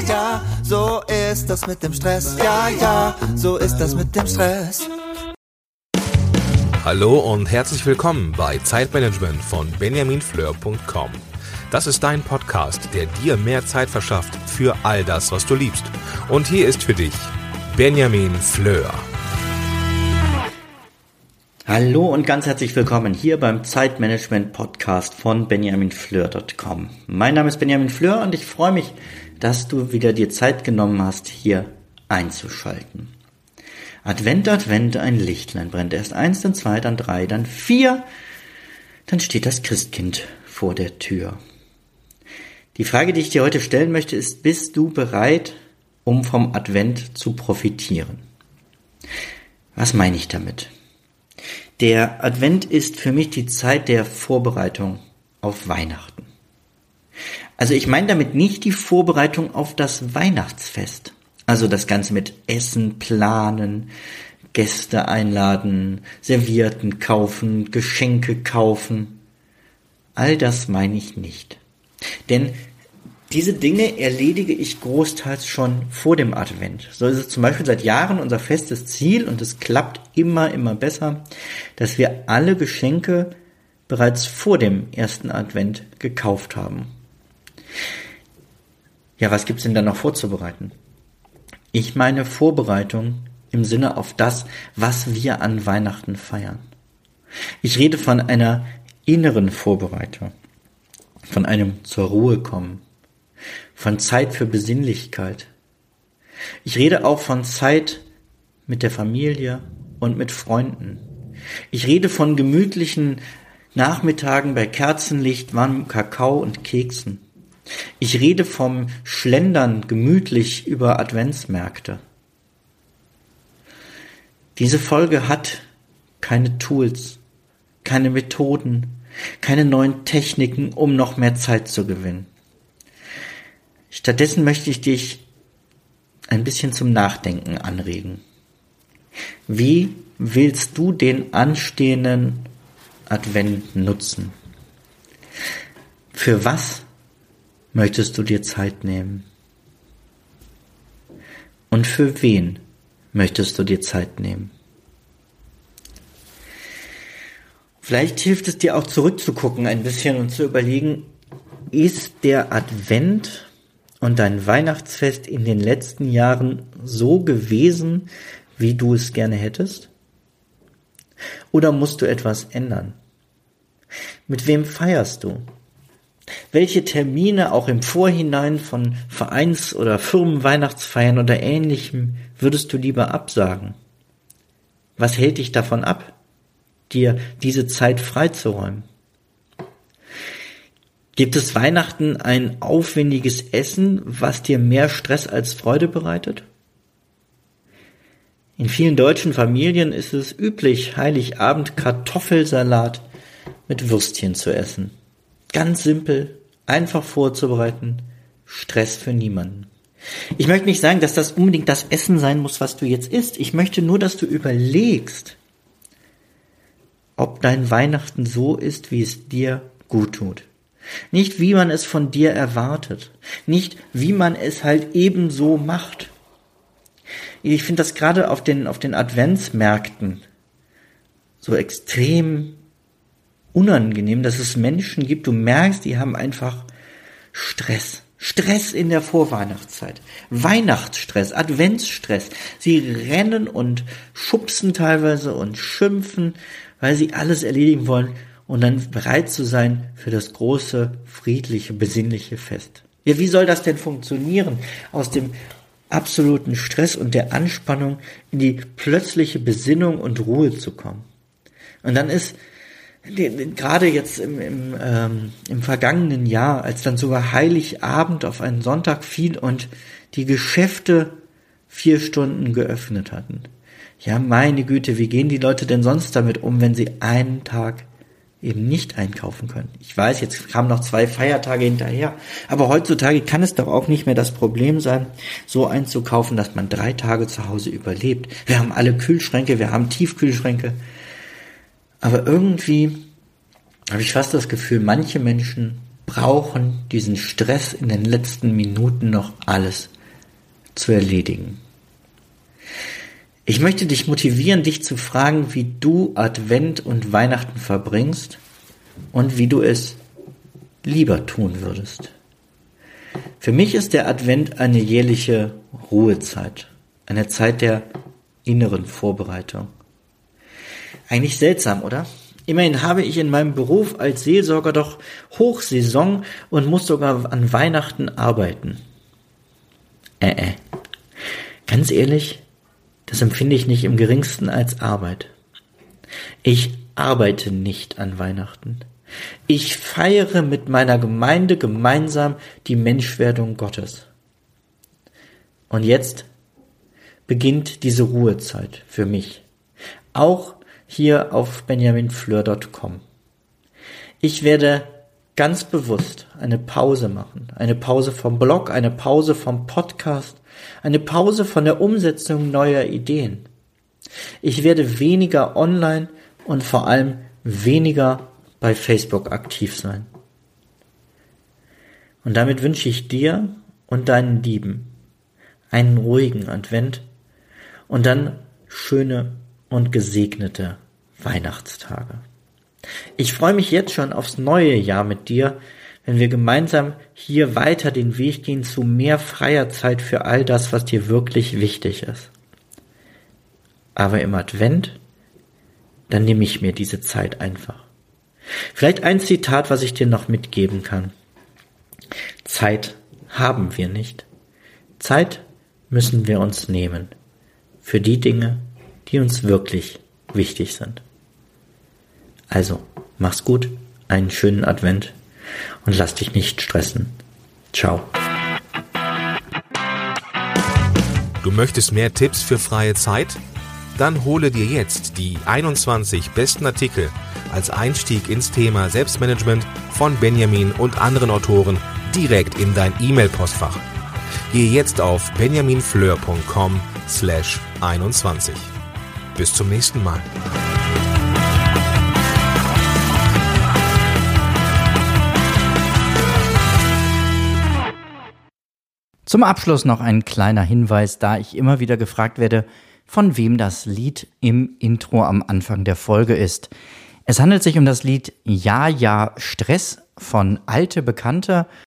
ja, so ist das mit dem Stress. Ja, ja, so ist das mit dem Stress. Hallo und herzlich willkommen bei Zeitmanagement von benjaminfleur.com. Das ist dein Podcast, der dir mehr Zeit verschafft für all das, was du liebst. Und hier ist für dich Benjamin Fleur. Hallo und ganz herzlich willkommen hier beim Zeitmanagement-Podcast von benjaminfleur.com. Mein Name ist Benjamin Fleur und ich freue mich, dass du wieder dir Zeit genommen hast, hier einzuschalten. Advent, Advent, ein Lichtlein brennt. Erst 1, dann 2, dann 3, dann 4. Dann steht das Christkind vor der Tür. Die Frage, die ich dir heute stellen möchte, ist, bist du bereit, um vom Advent zu profitieren? Was meine ich damit? Der Advent ist für mich die Zeit der Vorbereitung auf Weihnachten. Also ich meine damit nicht die Vorbereitung auf das Weihnachtsfest. Also das Ganze mit Essen, Planen, Gäste einladen, Servietten kaufen, Geschenke kaufen. All das meine ich nicht. Denn diese Dinge erledige ich großteils schon vor dem Advent. So ist es zum Beispiel seit Jahren unser festes Ziel und es klappt immer besser, dass wir alle Geschenke bereits vor dem ersten Advent gekauft haben. Ja, was gibt's denn da noch vorzubereiten? Ich meine Vorbereitung im Sinne auf das, was wir an Weihnachten feiern. Ich rede von einer inneren Vorbereitung, von einem zur Ruhe kommen, von Zeit für Besinnlichkeit. Ich rede auch von Zeit mit der Familie und mit Freunden. Ich rede von gemütlichen Nachmittagen bei Kerzenlicht, warmem Kakao und Keksen. Ich rede vom Schlendern gemütlich über Adventsmärkte. Diese Folge hat keine Tools, keine Methoden, keine neuen Techniken, um noch mehr Zeit zu gewinnen. Stattdessen möchte ich dich ein bisschen zum Nachdenken anregen. Wie willst du den anstehenden Advent nutzen? Für was möchtest du dir Zeit nehmen? Und für wen möchtest du dir Zeit nehmen? Vielleicht hilft es dir auch zurückzugucken ein bisschen und zu überlegen, ist der Advent und dein Weihnachtsfest in den letzten Jahren so gewesen, wie du es gerne hättest? Oder musst du etwas ändern? Mit wem feierst du? Welche Termine auch im Vorhinein von Vereins- oder Firmenweihnachtsfeiern oder Ähnlichem würdest du lieber absagen? Was hält dich davon ab, dir diese Zeit freizuräumen? Gibt es Weihnachten ein aufwendiges Essen, was dir mehr Stress als Freude bereitet? In vielen deutschen Familien ist es üblich, Heiligabend Kartoffelsalat mit Würstchen zu essen. Ganz simpel, einfach vorzubereiten, Stress für niemanden. Ich möchte nicht sagen, dass das unbedingt das Essen sein muss, was du jetzt isst. Ich möchte nur, dass du überlegst, ob dein Weihnachten so ist, wie es dir gut tut. Nicht, wie man es von dir erwartet. Nicht, wie man es halt ebenso macht. Ich finde das gerade auf den Adventsmärkten so extrem unangenehm, dass es Menschen gibt, du merkst, die haben einfach Stress. Stress in der Vorweihnachtszeit. Weihnachtsstress, Adventsstress. Sie rennen und schubsen teilweise und schimpfen, weil sie alles erledigen wollen und dann bereit zu sein für das große, friedliche, besinnliche Fest. Ja, wie soll das denn funktionieren, aus dem absoluten Stress und der Anspannung in die plötzliche Besinnung und Ruhe zu kommen? Und dann ist gerade jetzt im vergangenen Jahr, als dann sogar Heiligabend auf einen Sonntag fiel und die Geschäfte 4 Stunden geöffnet hatten. Ja, meine Güte, wie gehen die Leute denn sonst damit um, wenn sie einen Tag eben nicht einkaufen können? Ich weiß, jetzt kamen noch 2 Feiertage hinterher, aber heutzutage kann es doch auch nicht mehr das Problem sein, so einzukaufen, dass man 3 Tage zu Hause überlebt. Wir haben alle Kühlschränke, wir haben Tiefkühlschränke, aber irgendwie habe ich fast das Gefühl, manche Menschen brauchen diesen Stress in den letzten Minuten noch alles zu erledigen. Ich möchte dich motivieren, dich zu fragen, wie du Advent und Weihnachten verbringst und wie du es lieber tun würdest. Für mich ist der Advent eine jährliche Ruhezeit, eine Zeit der inneren Vorbereitung. Eigentlich seltsam, oder? Immerhin habe ich in meinem Beruf als Seelsorger doch Hochsaison und muss sogar an Weihnachten arbeiten. Ganz ehrlich, das empfinde ich nicht im geringsten als Arbeit. Ich arbeite nicht an Weihnachten. Ich feiere mit meiner Gemeinde gemeinsam die Menschwerdung Gottes. Und jetzt beginnt diese Ruhezeit für mich. Auch hier auf benjaminfleur.com. Ich werde ganz bewusst eine Pause machen. Eine Pause vom Blog, eine Pause vom Podcast, eine Pause von der Umsetzung neuer Ideen. Ich werde weniger online und vor allem weniger bei Facebook aktiv sein. Und damit wünsche ich dir und deinen Lieben einen ruhigen Advent und dann schöne und gesegnete Weihnachtstage. Ich freue mich jetzt schon aufs neue Jahr mit dir, wenn wir gemeinsam hier weiter den Weg gehen zu mehr freier Zeit für all das, was dir wirklich wichtig ist. Aber im Advent, dann nehme ich mir diese Zeit einfach. Vielleicht ein Zitat, was ich dir noch mitgeben kann. Zeit haben wir nicht. Zeit müssen wir uns nehmen. Für die Dinge, die uns wirklich wichtig sind. Also, mach's gut, einen schönen Advent und lass dich nicht stressen. Ciao. Du möchtest mehr Tipps für freie Zeit? Dann hole dir jetzt die 21 besten Artikel als Einstieg ins Thema Selbstmanagement von Benjamin und anderen Autoren direkt in dein E-Mail-Postfach. Gehe jetzt auf benjaminfleur.com/21. Bis zum nächsten Mal. Zum Abschluss noch ein kleiner Hinweis, da ich immer wieder gefragt werde, von wem das Lied im Intro am Anfang der Folge ist. Es handelt sich um das Lied Ja, ja, Stress von Alte Bekannte